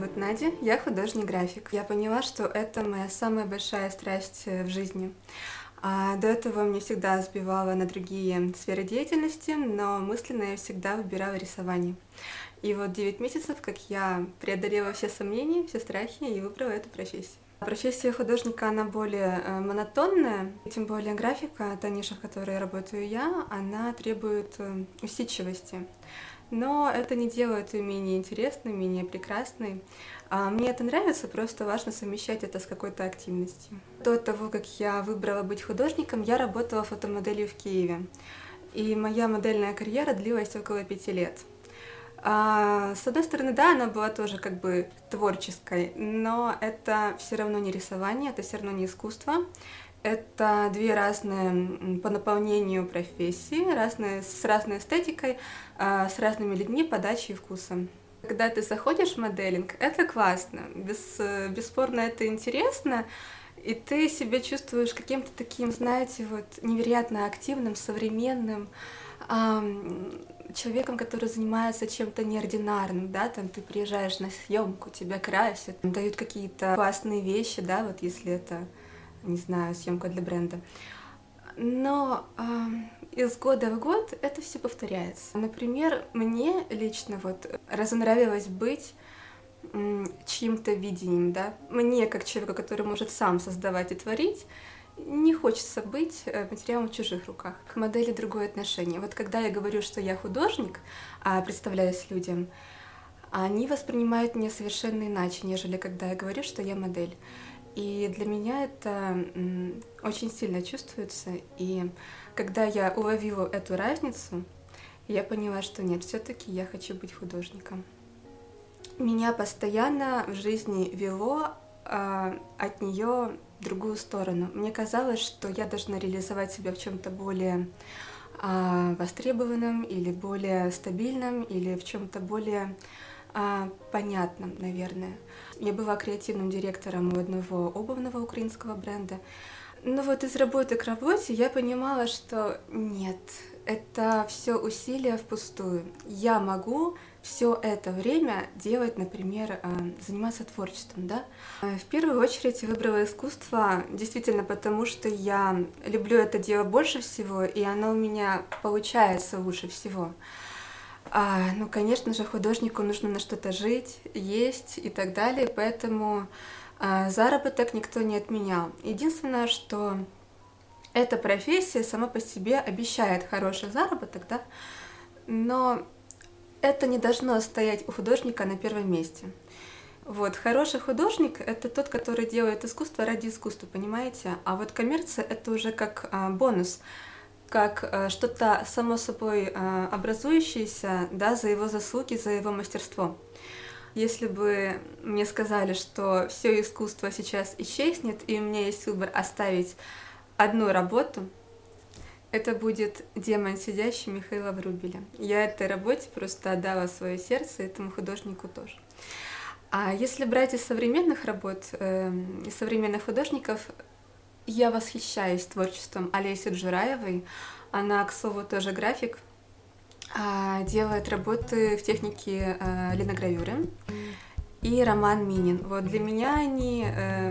зовут Надя, я художник-график. Я поняла, что это моя самая большая страсть в жизни. До этого меня всегда сбивало на другие сферы деятельности, но мысленно я всегда выбирала рисование. И вот 9 месяцев, как я преодолела все сомнения, все страхи и выбрала эту профессию. Профессия художника, она более монотонная, тем более графика, та ниша, в которой работаю я, она требует усидчивости. Но это не делает ее менее интересной, менее прекрасной. Мне это нравится, просто важно совмещать это с какой-то активностью. До того, как я выбрала быть художником, я работала фотомоделью в Киеве. И моя модельная карьера длилась около 5 лет. С одной стороны, да, она была тоже как бы творческой, но это все равно не рисование, это все равно не искусство. Это две разные по наполнению профессии, с разной эстетикой, с разными людьми, подачей и вкусом. Когда ты заходишь в моделинг, это классно, бесспорно это интересно, и ты себя чувствуешь каким-то таким, знаете, вот невероятно активным, современным человеком, который занимается чем-то неординарным, да, там ты приезжаешь на съемку, тебя красят, дают какие-то классные вещи, да, вот если это, не знаю, съемка для бренда. Но из года в год это все повторяется. Например, мне лично вот разонравилось быть чьим-то видением, да. Мне, как человеку, который может сам создавать и творить, не хочется быть материалом в чужих руках. К модели другое отношение. Вот когда я говорю, что я художник, представляюсь людям, они воспринимают меня совершенно иначе, нежели когда я говорю, что я модель. И для меня это очень сильно чувствуется. И когда я уловила эту разницу, я поняла, что нет, все-таки я хочу быть художником. Меня постоянно в жизни вело от нее в другую сторону. Мне казалось, что я должна реализовать себя в чем-то более востребованном или более стабильном, или в чем-то более понятном, наверное. Я была креативным директором у одного обувного украинского бренда. Но вот из работы к работе я понимала, что нет, это все усилия впустую. Я могу все это время делать, например, заниматься творчеством, да. В первую очередь выбрала искусство действительно потому, что я люблю это дело больше всего, и оно у меня получается лучше всего. Ну, конечно же, художнику нужно на что-то жить, есть и так далее, поэтому заработок никто не отменял. Единственное, что эта профессия сама по себе обещает хороший заработок, да, но это не должно стоять у художника на первом месте. Вот, хороший художник — это тот, который делает искусство ради искусства, понимаете? А вот коммерция — это уже как бонус, как что-то само собой образующееся, да, за его заслуги, за его мастерство. Если бы мне сказали, что все искусство сейчас исчезнет, и у меня есть выбор оставить одну работу, это будет «Демон сидящий» Михаила Врубеля. Я этой работе просто отдала свое сердце, этому художнику тоже. А если брать из современных работ, из современных художников, я восхищаюсь творчеством Олеси Джураевой. Она, к слову, тоже график, делает работы в технике линогравюры. И Роман Минин. Вот для меня они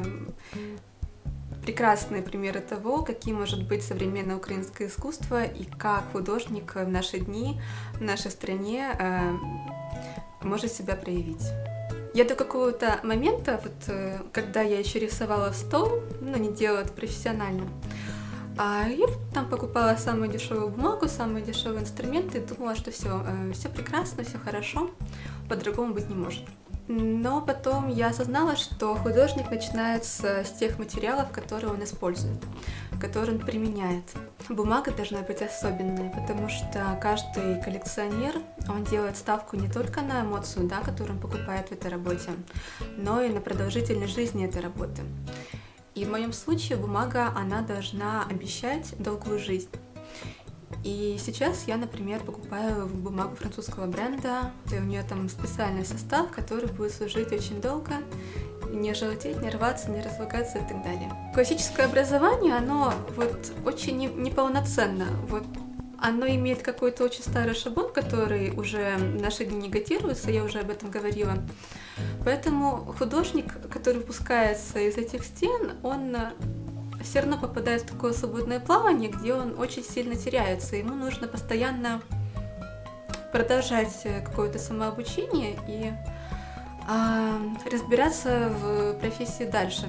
прекрасные примеры того, каким может быть современное украинское искусство и как художник в наши дни, в нашей стране может себя проявить. Я до какого-то момента, вот, когда я еще рисовала в стол, но не делала это профессионально, я там покупала самую дешевую бумагу, самые дешевые инструменты и думала, что все прекрасно, все хорошо, по-другому быть не может. Но потом я осознала, что художник начинается с тех материалов, которые он использует, которые он применяет. Бумага должна быть особенной, потому что каждый коллекционер, он делает ставку не только на эмоцию, да, которую он покупает в этой работе, но и на продолжительность жизни этой работы. И в моем случае бумага, она должна обещать долгую жизнь. И сейчас я, например, покупаю бумагу французского бренда, и у нее там специальный состав, который будет служить очень долго, и не желтеть, не рваться, не разлагаться и так далее. Классическое образование, оно вот очень неполноценно. Вот оно имеет какой-то очень старый шаблон, который уже в наши дни негатируется, я уже об этом говорила. Поэтому художник, который выпускается из этих стен, он все равно попадает в такое свободное плавание, где он очень сильно теряется. Ему нужно постоянно продолжать какое-то самообучение и разбираться в профессии дальше.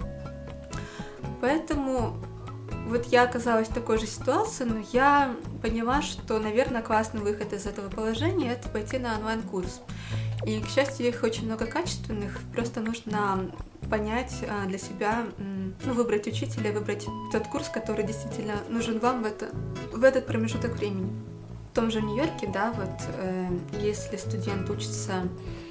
Поэтому вот я оказалась в такой же ситуации, но я поняла, что, наверное, классный выход из этого положения – это пойти на онлайн-курс. И, к счастью, их очень много качественных, просто нужно понять для себя, выбрать учителя, выбрать тот курс, который действительно нужен вам в этот промежуток времени. В том же Нью-Йорке, да, вот если студент учится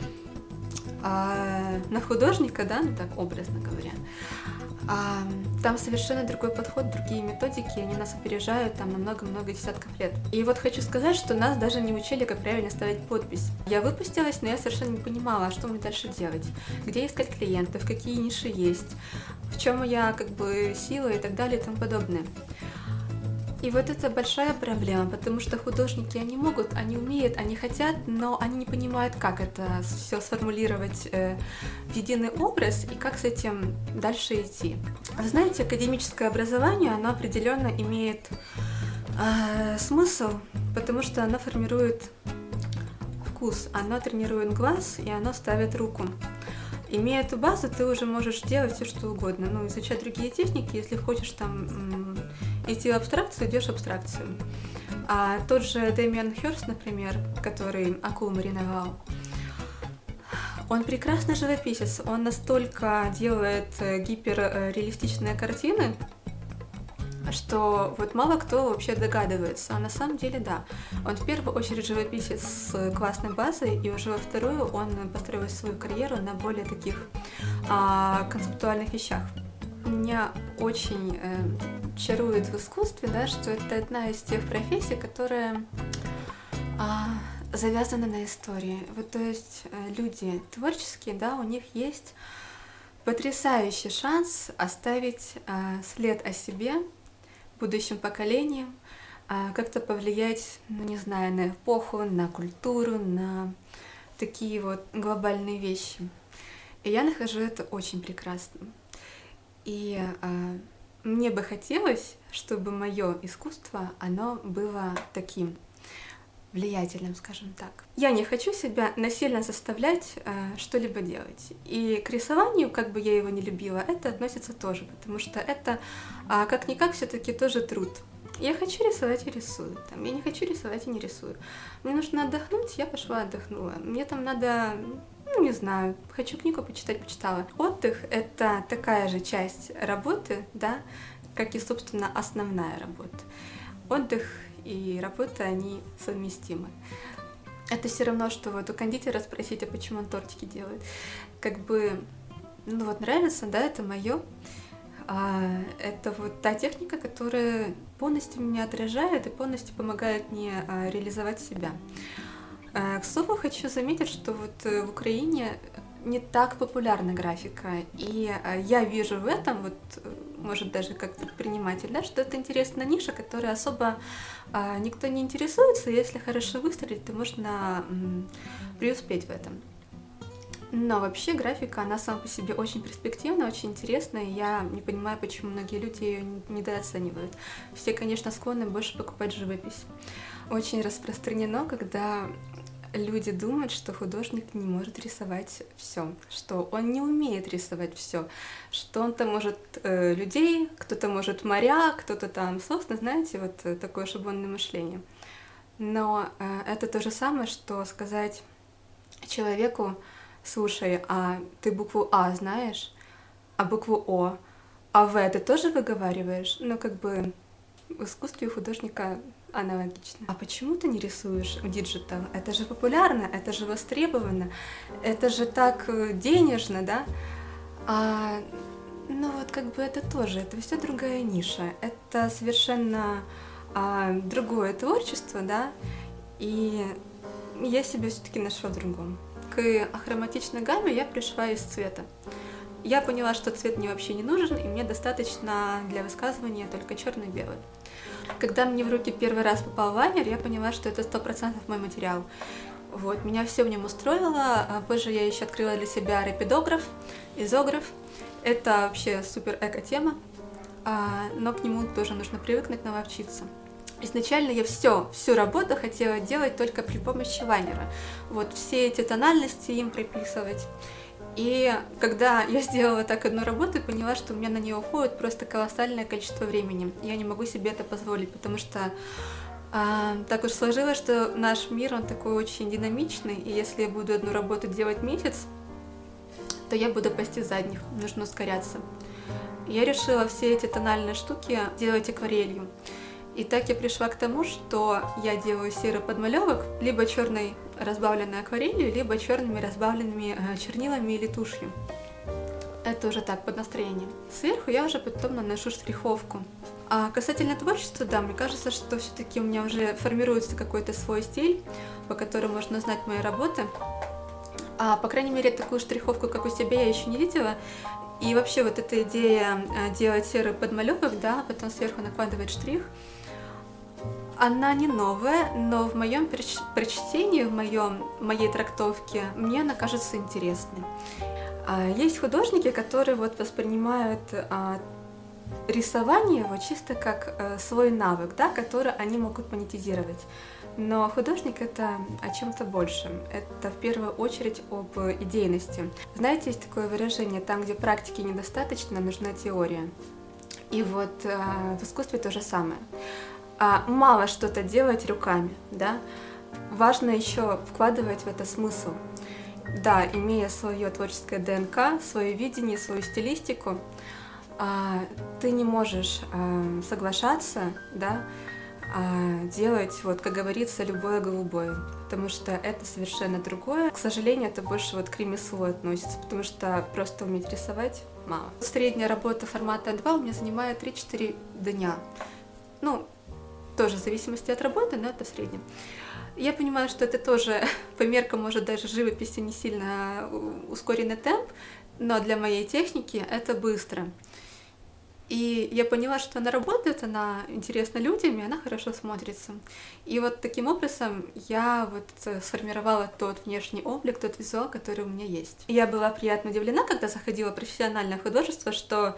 на художника, да, ну так образно говоря, там совершенно другой подход, другие методики, они нас опережают там на много-много десятков лет. И вот хочу сказать, что нас даже не учили, как правильно ставить подпись. Я выпустилась, но я совершенно не понимала, что мне дальше делать, где искать клиентов, какие ниши есть, в чем моя сила и так далее и тому подобное. И вот это большая проблема, потому что художники, они могут, они умеют, они хотят, но они не понимают, как это все сформулировать в единый образ и как с этим дальше идти. Вы знаете, академическое образование, оно определенно имеет смысл, потому что оно формирует вкус, оно тренирует глаз и оно ставит руку. Имея эту базу, ты уже можешь делать все, что угодно. Изучать другие техники, если хочешь там идти в абстракцию, идешь в абстракцию. А тот же Дэмиан Хёрст, например, который акул мариновал, он прекрасный живописец, он настолько делает гиперреалистичные картины, что вот мало кто вообще догадывается, а на самом деле да. Он в первую очередь живописец с классной базой, и уже во вторую он построил свою карьеру на более таких концептуальных вещах. Меня очень чарует в искусстве, да, что это одна из тех профессий, которая завязана на истории. Вот, то есть люди творческие, да, у них есть потрясающий шанс оставить след о себе будущим поколениям, как-то повлиять, не знаю, на эпоху, на культуру, на такие вот глобальные вещи. И я нахожу это очень прекрасным. И мне бы хотелось, чтобы мое искусство, оно было таким влиятельным, скажем так. Я не хочу себя насильно заставлять что-либо делать. И к рисованию, как бы я его не любила, это относится тоже, потому что это, как-никак, все-таки тоже труд. Я хочу рисовать и рисую. Я не хочу рисовать и не рисую. Мне нужно отдохнуть, я пошла отдохнула. Мне там надо, не знаю, хочу книгу почитать, почитала. Отдых — это такая же часть работы, да, как и, собственно, основная работа. Отдых и работа, они совместимы. Это все равно, что вот у кондитера спросить, а почему он тортики делает. Нравится, да, это мое. Это вот та техника, которая полностью меня отражает и полностью помогает мне реализовать себя. К слову, хочу заметить, что вот в Украине не так популярна графика, и я вижу в этом, может даже как предприниматель, да, что это интересная ниша, которой особо никто не интересуется, и если хорошо выстрелить, то можно преуспеть в этом. Но вообще графика, она сама по себе очень перспективна, очень интересная, и я не понимаю, почему многие люди ее недооценивают. Все, конечно, склонны больше покупать живопись. Очень распространено, когда люди думают, что художник не может рисовать все, что он не умеет рисовать все, что он-то может людей, кто-то может моря, кто-то там сосны, знаете, вот такое шаблонное мышление. Но это то же самое, что сказать человеку: слушай, а ты букву А знаешь, а букву О, а В ты тоже выговариваешь? В искусстве у художника аналогично. А почему ты не рисуешь в диджитал? Это же популярно, это же востребовано, это же так денежно, да? Это тоже, это все другая ниша, это совершенно другое творчество, да? И я себя все-таки нашла в другом. К ахроматичной гамме я пришла из цвета. Я поняла, что цвет мне вообще не нужен, и мне достаточно для высказывания только черный и белый. Когда мне в руки первый раз попал лайнер, я поняла, что это 100% мой материал. Вот, меня все в нем устроило. Позже я еще открыла для себя рапидограф, изограф. Это вообще супер эко-тема, но к нему тоже нужно привыкнуть, наловчиться. Изначально я всю работу хотела делать только при помощи лайнера. Вот все эти тональности им прописывать. И когда я сделала так одну работу, поняла, что у меня на нее уходит просто колоссальное количество времени. Я не могу себе это позволить, потому что так уж сложилось, что наш мир, он такой очень динамичный, и если я буду одну работу делать месяц, то я буду пасти задних, нужно ускоряться. Я решила все эти тональные штуки делать акварелью. И так я пришла к тому, что я делаю серию подмалевок либо черной разбавленной акварелью, либо черными разбавленными чернилами или тушью. Это уже так, под настроение. Сверху я уже потом наношу штриховку. А касательно творчества, да, мне кажется, что все-таки у меня уже формируется какой-то свой стиль, по которому можно узнать мои работы. По крайней мере, такую штриховку, как у себя, я еще не видела. И вообще вот эта идея делать серию подмалевок, да, потом сверху накладывать штрих, она не новая, но в моем прочтении, в моей трактовке, мне она кажется интересной. Есть художники, которые вот воспринимают рисование вот чисто как свой навык, да, который они могут монетизировать. Но художник — это о чем-то большем. Это в первую очередь об идейности. Знаете, есть такое выражение: там, где практики недостаточно, нужна теория. И вот в искусстве то же самое. Мало что-то делать руками, да? Важно еще вкладывать в это смысл. Да, имея свое творческое ДНК, свое видение, свою стилистику, ты не можешь соглашаться, да, делать, вот, как говорится, любое голубое, потому что это совершенно другое. К сожалению, это больше вот к ремеслу относится, потому что просто уметь рисовать мало. Средняя работа формата А2 у меня занимает 3-4 дня. Ну, тоже в зависимости от работы, но это в среднем. Я понимаю, что это тоже по меркам, может, даже живописи не сильно ускоренный темп, но для моей техники это быстро. И я поняла, что она работает, она интересна людям, и она хорошо смотрится. И вот таким образом я вот сформировала тот внешний облик, тот визуал, который у меня есть. И я была приятно удивлена, когда заходила в профессиональное художество, что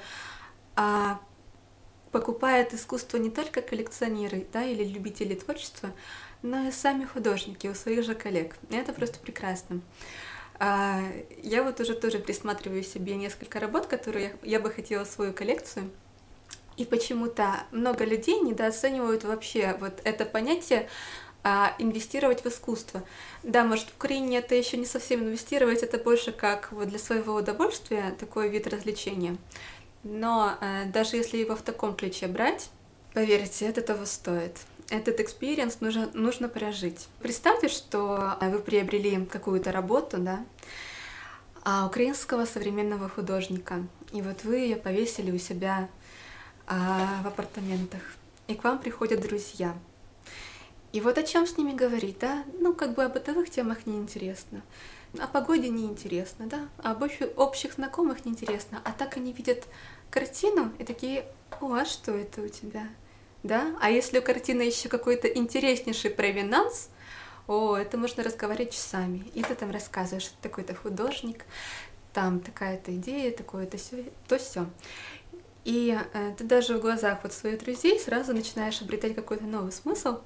покупают искусство не только коллекционеры, да, или любители творчества, но и сами художники у своих же коллег. И это просто прекрасно. Я вот уже тоже присматриваю себе несколько работ, которые я бы хотела в свою коллекцию. И почему-то много людей недооценивают вообще вот это понятие инвестировать в искусство. Да, может, в Украине это еще не совсем инвестировать, это больше как вот для своего удовольствия, такой вид развлечения. Но даже если его в таком ключе брать, поверьте, это того стоит. Этот экспириенс нужно прожить. Представьте, что вы приобрели какую-то работу, да, украинского современного художника, и вот вы ее повесили у себя в апартаментах, и к вам приходят друзья. И вот о чем с ними говорить, да? Ну, как бы о бытовых темах неинтересно, о погоде неинтересно, да? Об общих знакомых неинтересно, а так они видят картину и такие: «О, а что это у тебя?» Да? А если у картины еще какой-то интереснейший провинанс, это можно разговаривать часами. И ты там рассказываешь, что такой-то художник, там такая-то идея, такое-то все. И ты даже в глазах вот своих друзей сразу начинаешь обретать какой-то новый смысл.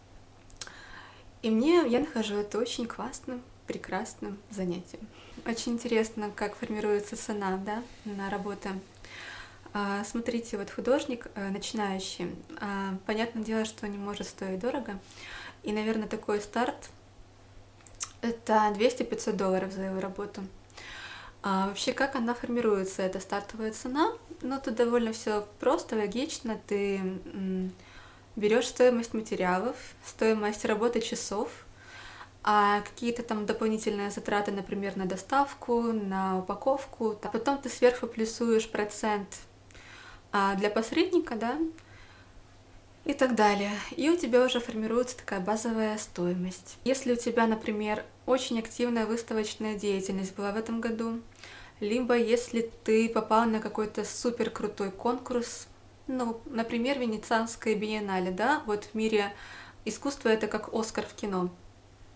И я нахожу это очень классным, прекрасным занятием. Очень интересно, как формируется цена, да, на работы. Смотрите, вот художник начинающий, понятное дело, что не может стоить дорого. И, наверное, такой старт — это $200-500 за его работу. Вообще, как она формируется, эта стартовая цена? Ну, тут довольно все просто, логично. Ты берешь стоимость материалов, стоимость работы часов, какие-то там дополнительные затраты, например, на доставку, на упаковку. А потом ты сверху плюсуешь процент для посредника, да, и так далее. И у тебя уже формируется такая базовая стоимость. Если у тебя, например, очень активная выставочная деятельность была в этом году, либо если ты попал на какой-то супер крутой конкурс, ну, например, Венецианская биеннале, да, вот в мире искусства это как Оскар в кино.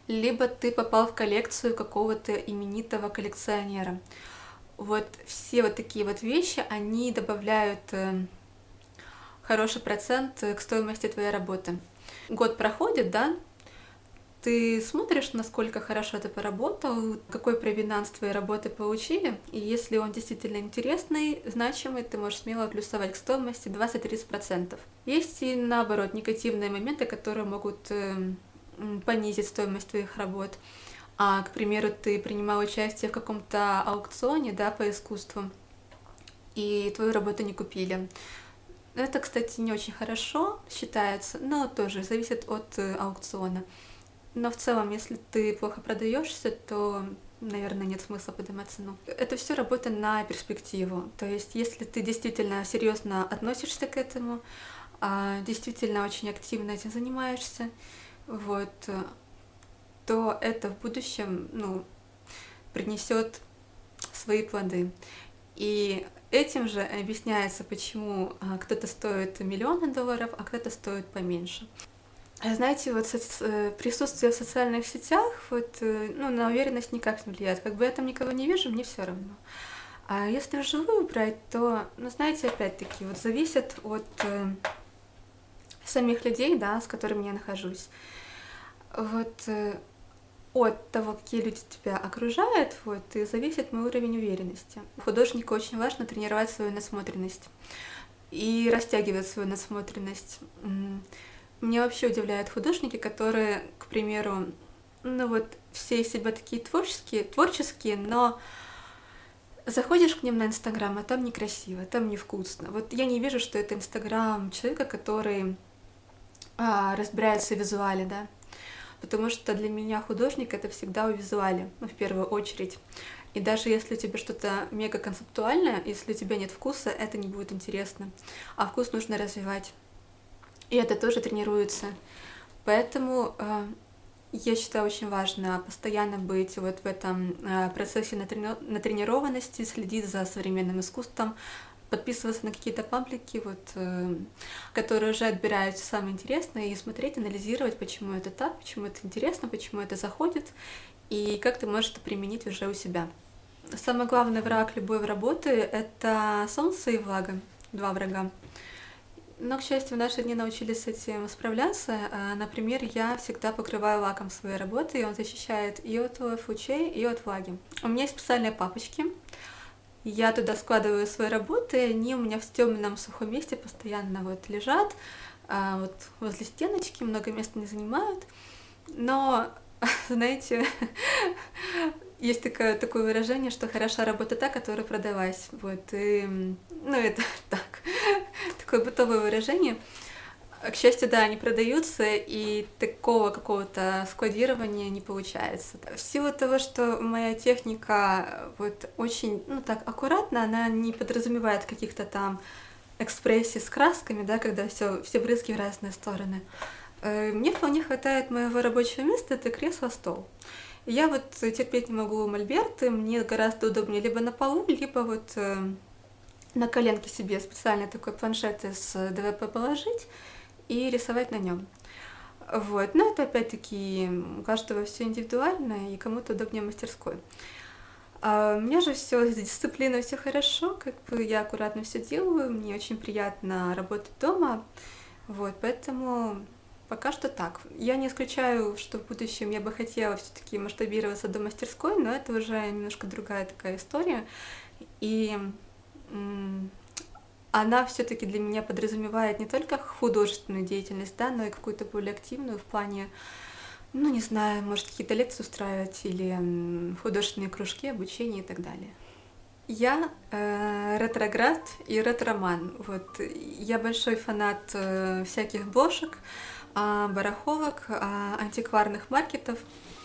либо ты попал в коллекцию какого-то именитого коллекционера. Вот все вот такие вот вещи, они добавляют хороший процент к стоимости твоей работы. Год проходит, да, ты смотришь, насколько хорошо ты поработал, какой провинанс твоей работы получили, и если он действительно интересный, значимый, ты можешь смело плюсовать к стоимости 20-30%. Есть и наоборот негативные моменты, которые могут понизить стоимость твоих работ. К примеру, ты принимал участие в каком-то аукционе, да, по искусству, и твою работу не купили. Это, кстати, не очень хорошо считается, но тоже зависит от аукциона. Но в целом, если ты плохо продаешься, то, наверное, нет смысла поднимать цену. Это все работа на перспективу. То есть, если ты действительно серьезно относишься к этому, действительно очень активно этим занимаешься, вот, то это в будущем, принесет свои плоды. И этим же объясняется, почему кто-то стоит $1 000 000, а кто-то стоит поменьше. Знаете, вот присутствие в социальных сетях на уверенность никак не влияет. Как бы я там никого не вижу, мне все равно. А если вживую брать, то, знаете, опять-таки, вот зависит от самих людей, да, с которыми я нахожусь. От того, какие люди тебя окружают, и зависит мой уровень уверенности. Художнику очень важно тренировать свою насмотренность и растягивать свою насмотренность. Меня вообще удивляют художники, которые, к примеру, все из себя такие творческие, но заходишь к ним на Инстаграм, а там некрасиво, там невкусно. Вот я не вижу, что это Инстаграм человека, который разбирается в визуале, да, потому что для меня художник — это всегда о визуале, в первую очередь. И даже если у тебя что-то мега концептуальное, если у тебя нет вкуса, это не будет интересно. А вкус нужно развивать. И это тоже тренируется. Поэтому я считаю, очень важно постоянно быть вот в этом процессе натренированности, следить за современным искусством, подписываться на какие-то паблики, которые уже отбирают самое интересное, и смотреть, анализировать, почему это так, почему это интересно, почему это заходит, и как ты можешь это применить уже у себя. Самый главный враг любой работы — это солнце и влага, 2 врага. Но, к счастью, в наши дни научились с этим справляться. Например, я всегда покрываю лаком свои работы, и он защищает и от лучей, и от влаги. У меня есть специальные папочки. Я туда складываю свои работы, и они у меня в темном сухом месте постоянно лежат, возле стеночки, много места не занимают. Но, знаете, есть такое выражение, что хороша работа та, которая продалась. Это так, такое бытовое выражение. К счастью, да, они продаются, и такого какого-то складирования не получается. В силу того, что моя техника очень, так аккуратно, она не подразумевает каких-то там экспрессий с красками, да, когда все брызги в разные стороны. Мне вполне хватает моего рабочего места, это кресло-стол. Я терпеть не могу мольберты, мне гораздо удобнее либо на полу, либо на коленке себе специальный такой планшет из ДВП положить и рисовать на нем. Но это опять-таки у каждого все индивидуально, и кому-то удобнее в мастерской. У меня же все с дисциплиной, все хорошо, я аккуратно все делаю, мне очень приятно работать дома, поэтому пока что так. Я не исключаю, что в будущем я бы хотела все-таки масштабироваться до мастерской, но это уже немножко другая такая история. И она все-таки для меня подразумевает не только художественную деятельность, да, но и какую-то более активную в плане, не знаю, может, какие-то лекции устраивать или художественные кружки, обучение и так далее. Я ретроград и ретроман. Я большой фанат всяких блошек, барахолок, антикварных маркетов.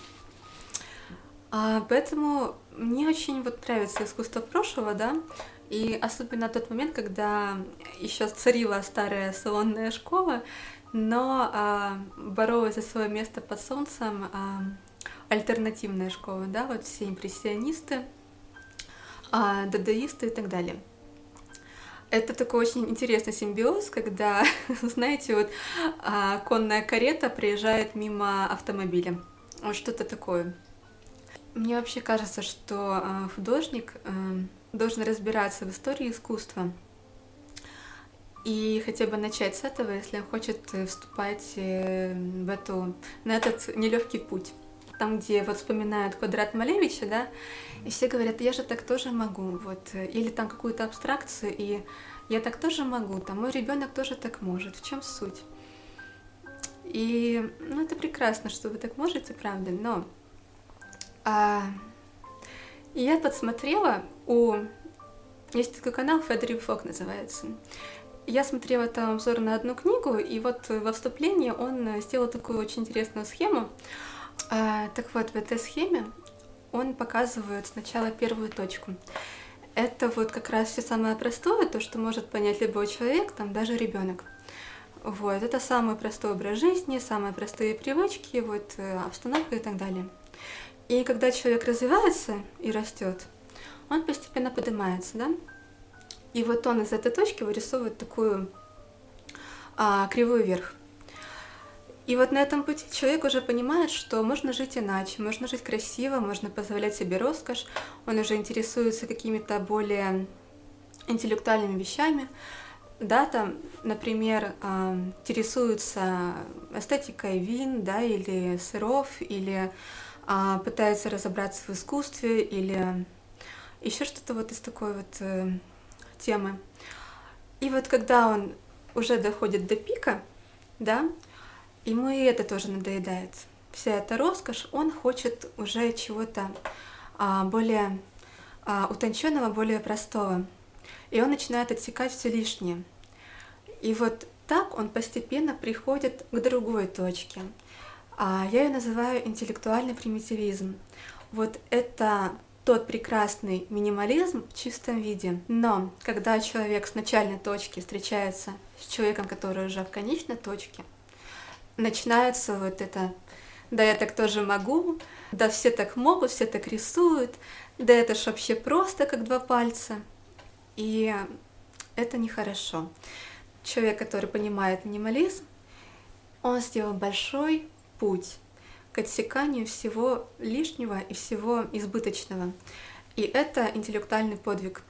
Поэтому мне очень нравится искусство прошлого, да, и особенно тот момент, когда еще царила старая салонная школа, но боролась за свое место под солнцем альтернативная школа, да, все импрессионисты, дадаисты и так далее. Это такой очень интересный симбиоз, когда, знаете, конная карета проезжает мимо автомобиля. вот что-то такое. Мне вообще кажется, что художник должен разбираться в истории искусства и хотя бы начать с этого, если он хочет вступать на этот нелегкий путь. Там, где вот вспоминают квадрат Малевича, да, и все говорят, я же так тоже могу, вот, или там какую-то абстракцию, и я так тоже могу, там мой ребенок тоже так может. В чем суть? И, ну, это прекрасно, что вы так можете, правда, но я подсмотрела есть такой канал Федерик Фок называется. Я смотрела там обзор на одну книгу, и вот во вступлении он сделал такую очень интересную схему. Так вот, в этой схеме он показывает сначала первую точку. Это вот как раз все самое простое, то, что может понять любой человек, там даже ребенок. Вот, это самый простой образ жизни, самые простые привычки, вот, обстановка и так далее. И когда человек развивается и растет, он постепенно поднимается, да? И вот он из этой точки вырисовывает такую кривую вверх. И вот на этом пути человек уже понимает, что можно жить иначе, можно жить красиво, можно позволять себе роскошь, он уже интересуется какими-то более интеллектуальными вещами, да, там, например, интересуется эстетикой вин, да, или сыров, или пытается разобраться в искусстве, или еще что-то вот из такой вот темы. И вот когда он уже доходит до пика, да, ему и это тоже надоедает. Вся эта роскошь, он хочет уже чего-то более утонченного, более простого. И он начинает отсекать все лишнее. И вот так он постепенно приходит к другой точке. Я ее называю интеллектуальный примитивизм. Вот это тот прекрасный минимализм в чистом виде. Но когда человек с начальной точки встречается с человеком, который уже в конечной точке, начинается вот это «да я так тоже могу», «да все так могут, все так рисуют», «да это ж вообще просто, как два пальца». И это нехорошо. Человек, который понимает минимализм, он сделал большой путь к отсеканию всего лишнего и всего избыточного. И это интеллектуальный подвиг.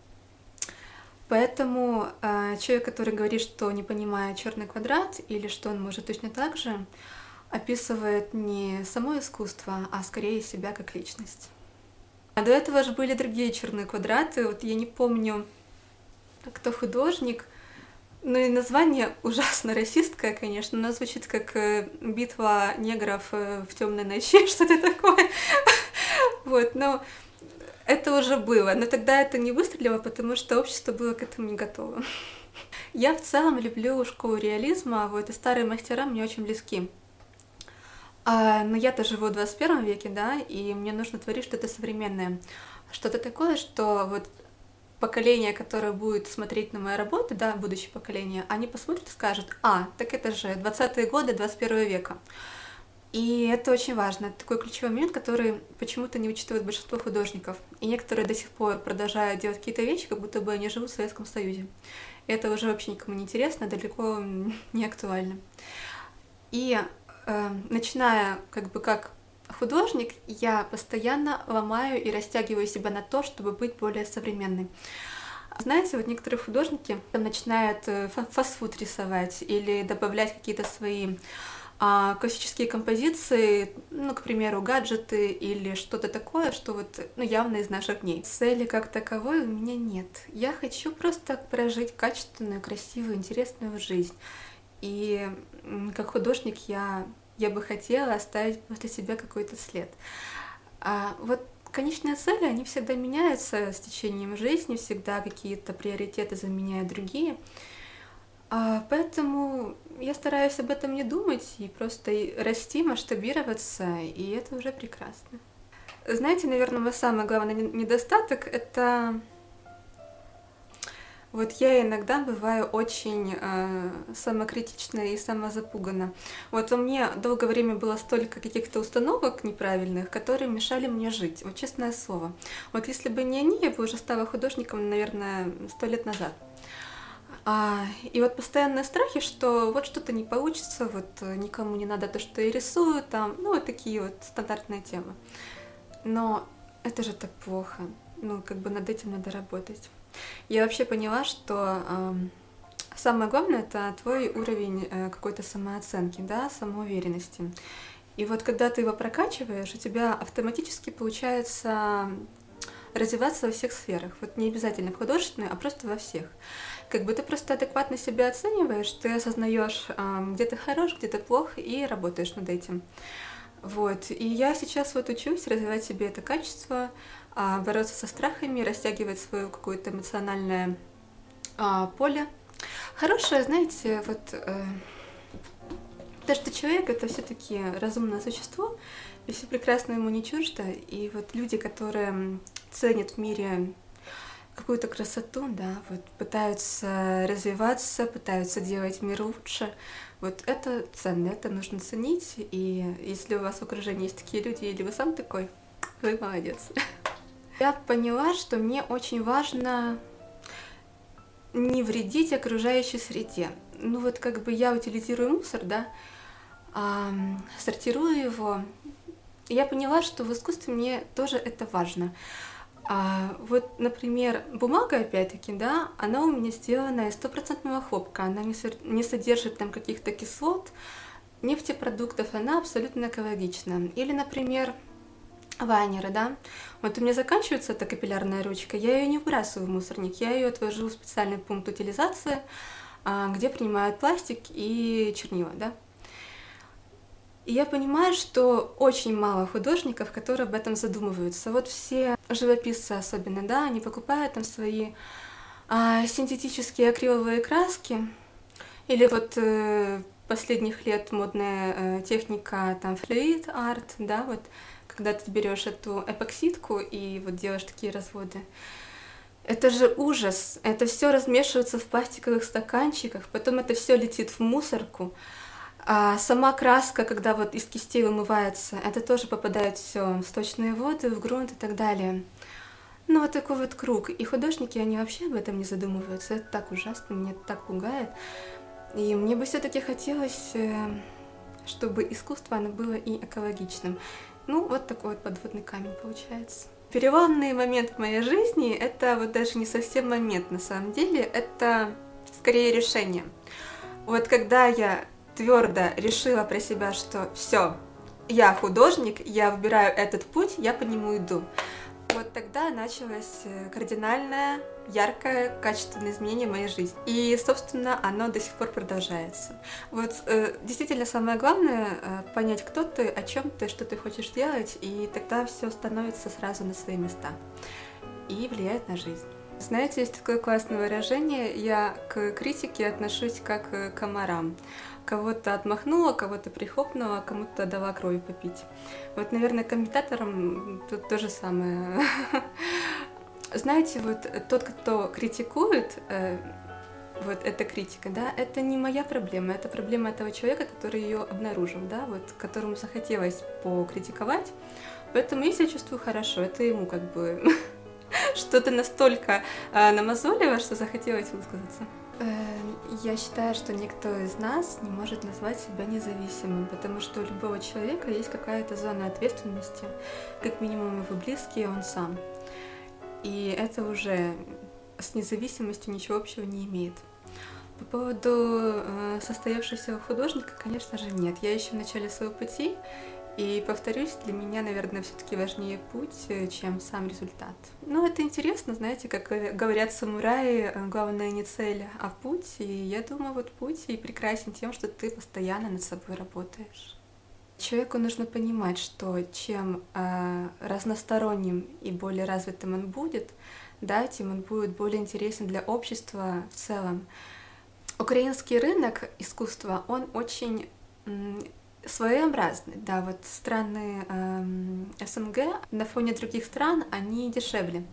Поэтому человек, который говорит, что не понимает черный квадрат, или что он может точно так же, описывает не само искусство, а скорее себя как личность. А до этого же были другие черные квадраты. Вот я не помню, кто художник. Ну и название ужасно расистское, конечно, но звучит как «Битва негров в темной ночи», что-то такое. Вот, но это уже было. Но тогда это не выстрелило, потому что общество было к этому не готово. Я в целом люблю школу реализма, вот, и старые мастера мне очень близки. Но я-то живу в 21 веке, да, и мне нужно творить что-то современное. Что-то такое, что вот поколение, которое будет смотреть на мои работы, да, будущее поколение, они посмотрят и скажут: так это же 20-е годы 21 века. И это очень важно. Это такой ключевой момент, который почему-то не учитывает большинство художников. И некоторые до сих пор продолжают делать какие-то вещи, как будто бы они живут в Советском Союзе. И это уже вообще никому не интересно, далеко не актуально. И начиная как художник, я постоянно ломаю и растягиваю себя на то, чтобы быть более современной. Знаете, вот некоторые художники начинают фастфуд рисовать или добавлять какие-то свои классические композиции, ну, к примеру, гаджеты или что-то такое, что вот, ну, явно из наших дней. Цели как таковой у меня нет. Я хочу просто прожить качественную, красивую, интересную жизнь. И как художник я бы хотела оставить после себя какой-то след. Вот конечные цели, они всегда меняются с течением жизни, всегда какие-то приоритеты заменяют другие. Поэтому я стараюсь об этом не думать и просто расти, масштабироваться, и это уже прекрасно. Знаете, наверное, мой самый главный недостаток — это... Вот я иногда бываю очень самокритична и самозапугана. Вот у меня долгое время было столько каких-то установок неправильных, которые мешали мне жить. Вот честное слово. Вот если бы не они, я бы уже стала художником, наверное, 100 лет назад. И вот постоянные страхи, что вот что-то не получится, вот никому не надо то, что я рисую, там, ну, вот такие вот стандартные темы. Но это же так плохо, ну, как бы над этим надо работать. Я вообще поняла, что самое главное — это твой уровень какой-то самооценки, да, самоуверенности. И вот когда ты его прокачиваешь, у тебя автоматически получается развиваться во всех сферах. Вот не обязательно в художественной, а просто во всех. Как бы ты просто адекватно себя оцениваешь, ты осознаешь, где ты хорош, где ты плох, и работаешь над этим. Вот. И я сейчас вот учусь развивать в себе это качество, бороться со страхами, растягивать свое какое-то эмоциональное поле. Хорошее, знаете, вот то, что человек — это все-таки разумное существо, и все прекрасно ему не чуждо. И вот люди, которые ценят в мире какую-то красоту, да, вот пытаются развиваться, пытаются делать мир лучше, вот это ценно, это нужно ценить. И если у вас в окружении есть такие люди, или вы сам такой, вы молодец. Я поняла, что мне очень важно не вредить окружающей среде. Ну вот как бы я утилизирую мусор, да, сортирую его. И я поняла, что в искусстве мне тоже это важно. Вот, например, бумага, опять-таки, да, она у меня сделана из 100% хлопка, она не содержит там каких-то кислот, нефтепродуктов, она абсолютно экологична. Или, например, лайнеры, да, вот у меня заканчивается эта капиллярная ручка, я ее не выбрасываю в мусорник, я ее отвожу в специальный пункт утилизации, где принимают пластик и чернила, да. И я понимаю, что очень мало художников, которые об этом задумываются. Вот все живописцы особенно, да, они покупают там свои синтетические акриловые краски, или вот последних лет модная техника там флюид арт, да, вот когда ты берешь эту эпоксидку и вот делаешь такие разводы. Это же ужас, это все размешивается в пластиковых стаканчиках, потом это все летит в мусорку. А сама краска, когда вот из кистей вымывается, это тоже попадает все в сточные воды, в грунт и так далее. Ну, вот такой вот круг. И художники, они вообще об этом не задумываются. Это так ужасно, меня это так пугает. И мне бы все-таки хотелось, чтобы искусство, оно было и экологичным. Ну, вот такой вот подводный камень получается. Переломный момент в моей жизни — это вот даже не совсем момент, на самом деле, это скорее решение. Вот когда я твердо решила про себя, что все, я художник, я выбираю этот путь, я по нему иду. Вот тогда началось кардинальное, яркое, качественное изменение в моей жизни. И, собственно, оно до сих пор продолжается. Вот действительно самое главное понять, кто ты, о чем ты, что ты хочешь делать, и тогда все становится сразу на свои места и влияет на жизнь. Знаете, есть такое классное выражение: я к критике отношусь как к комарам. Кого-то отмахнула, кого-то прихлопнула, кому-то дала крови попить. Вот, наверное, комментаторам тут то же самое. Знаете, вот тот, кто критикует, вот эта критика, да, это не моя проблема, это проблема этого человека, который ее обнаружил, да, вот, которому захотелось покритиковать. Поэтому я себя чувствую хорошо, это ему как бы что-то настолько намазолило, что захотелось высказаться. Я считаю, что никто из нас не может назвать себя независимым, потому что у любого человека есть какая-то зона ответственности, как минимум его близкие, он сам. И это уже с независимостью ничего общего не имеет. По поводу состоявшегося художника, конечно же, нет. Я еще в начале своего пути, и, повторюсь, для меня, наверное, все-таки важнее путь, чем сам результат. Ну, это интересно, знаете, как говорят самураи, главное не цель, а путь. И я думаю, вот путь и прекрасен тем, что ты постоянно над собой работаешь. Человеку нужно понимать, что чем разносторонним и более развитым он будет, да, тем он будет более интересен для общества в целом. Украинский рынок искусства, он очень своеобразный, да, вот страны СНГ на фоне других стран, они дешевле.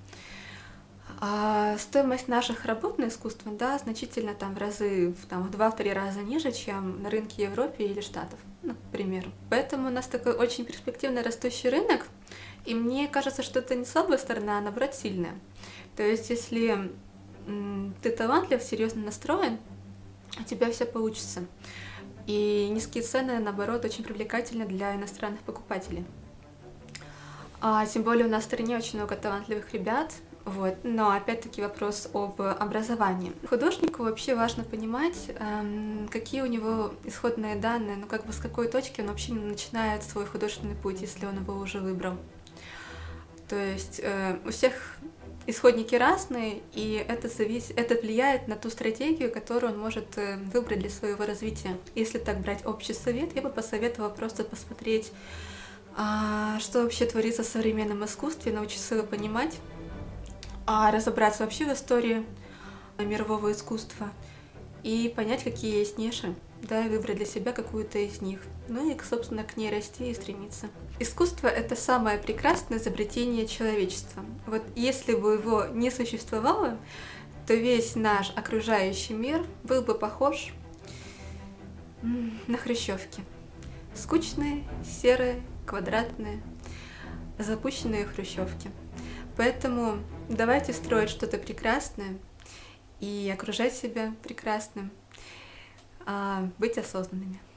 А стоимость наших работ на искусство, да, значительно там в разы, там, в 2-3 раза ниже, чем на рынке Европы или Штатов, ну, к примеру. Поэтому у нас такой очень перспективно растущий рынок, и мне кажется, что это не слабая сторона, а наоборот сильная. То есть, если ты талантлив, серьезно настроен, у тебя все получится. И низкие цены, наоборот, очень привлекательны для иностранных покупателей. Тем более у нас в стране очень много талантливых ребят, вот. Но опять-таки вопрос об образовании. Художнику вообще важно понимать, какие у него исходные данные, ну как бы с какой точки он вообще начинает свой художественный путь, если он его уже выбрал. То есть у всех исходники разные, и это влияет на ту стратегию, которую он может выбрать для своего развития. Если так брать общий совет, я бы посоветовала просто посмотреть, что вообще творится в современном искусстве, научиться его понимать, разобраться вообще в истории мирового искусства и понять, какие есть ниши, да, и выбрать для себя какую-то из них. Ну и, собственно, к ней расти и стремиться. Искусство — это самое прекрасное изобретение человечества. Вот если бы его не существовало, то весь наш окружающий мир был бы похож на хрущевки. Скучные, серые, квадратные, запущенные хрущевки. Поэтому давайте строить что-то прекрасное и окружать себя прекрасным, быть осознанными.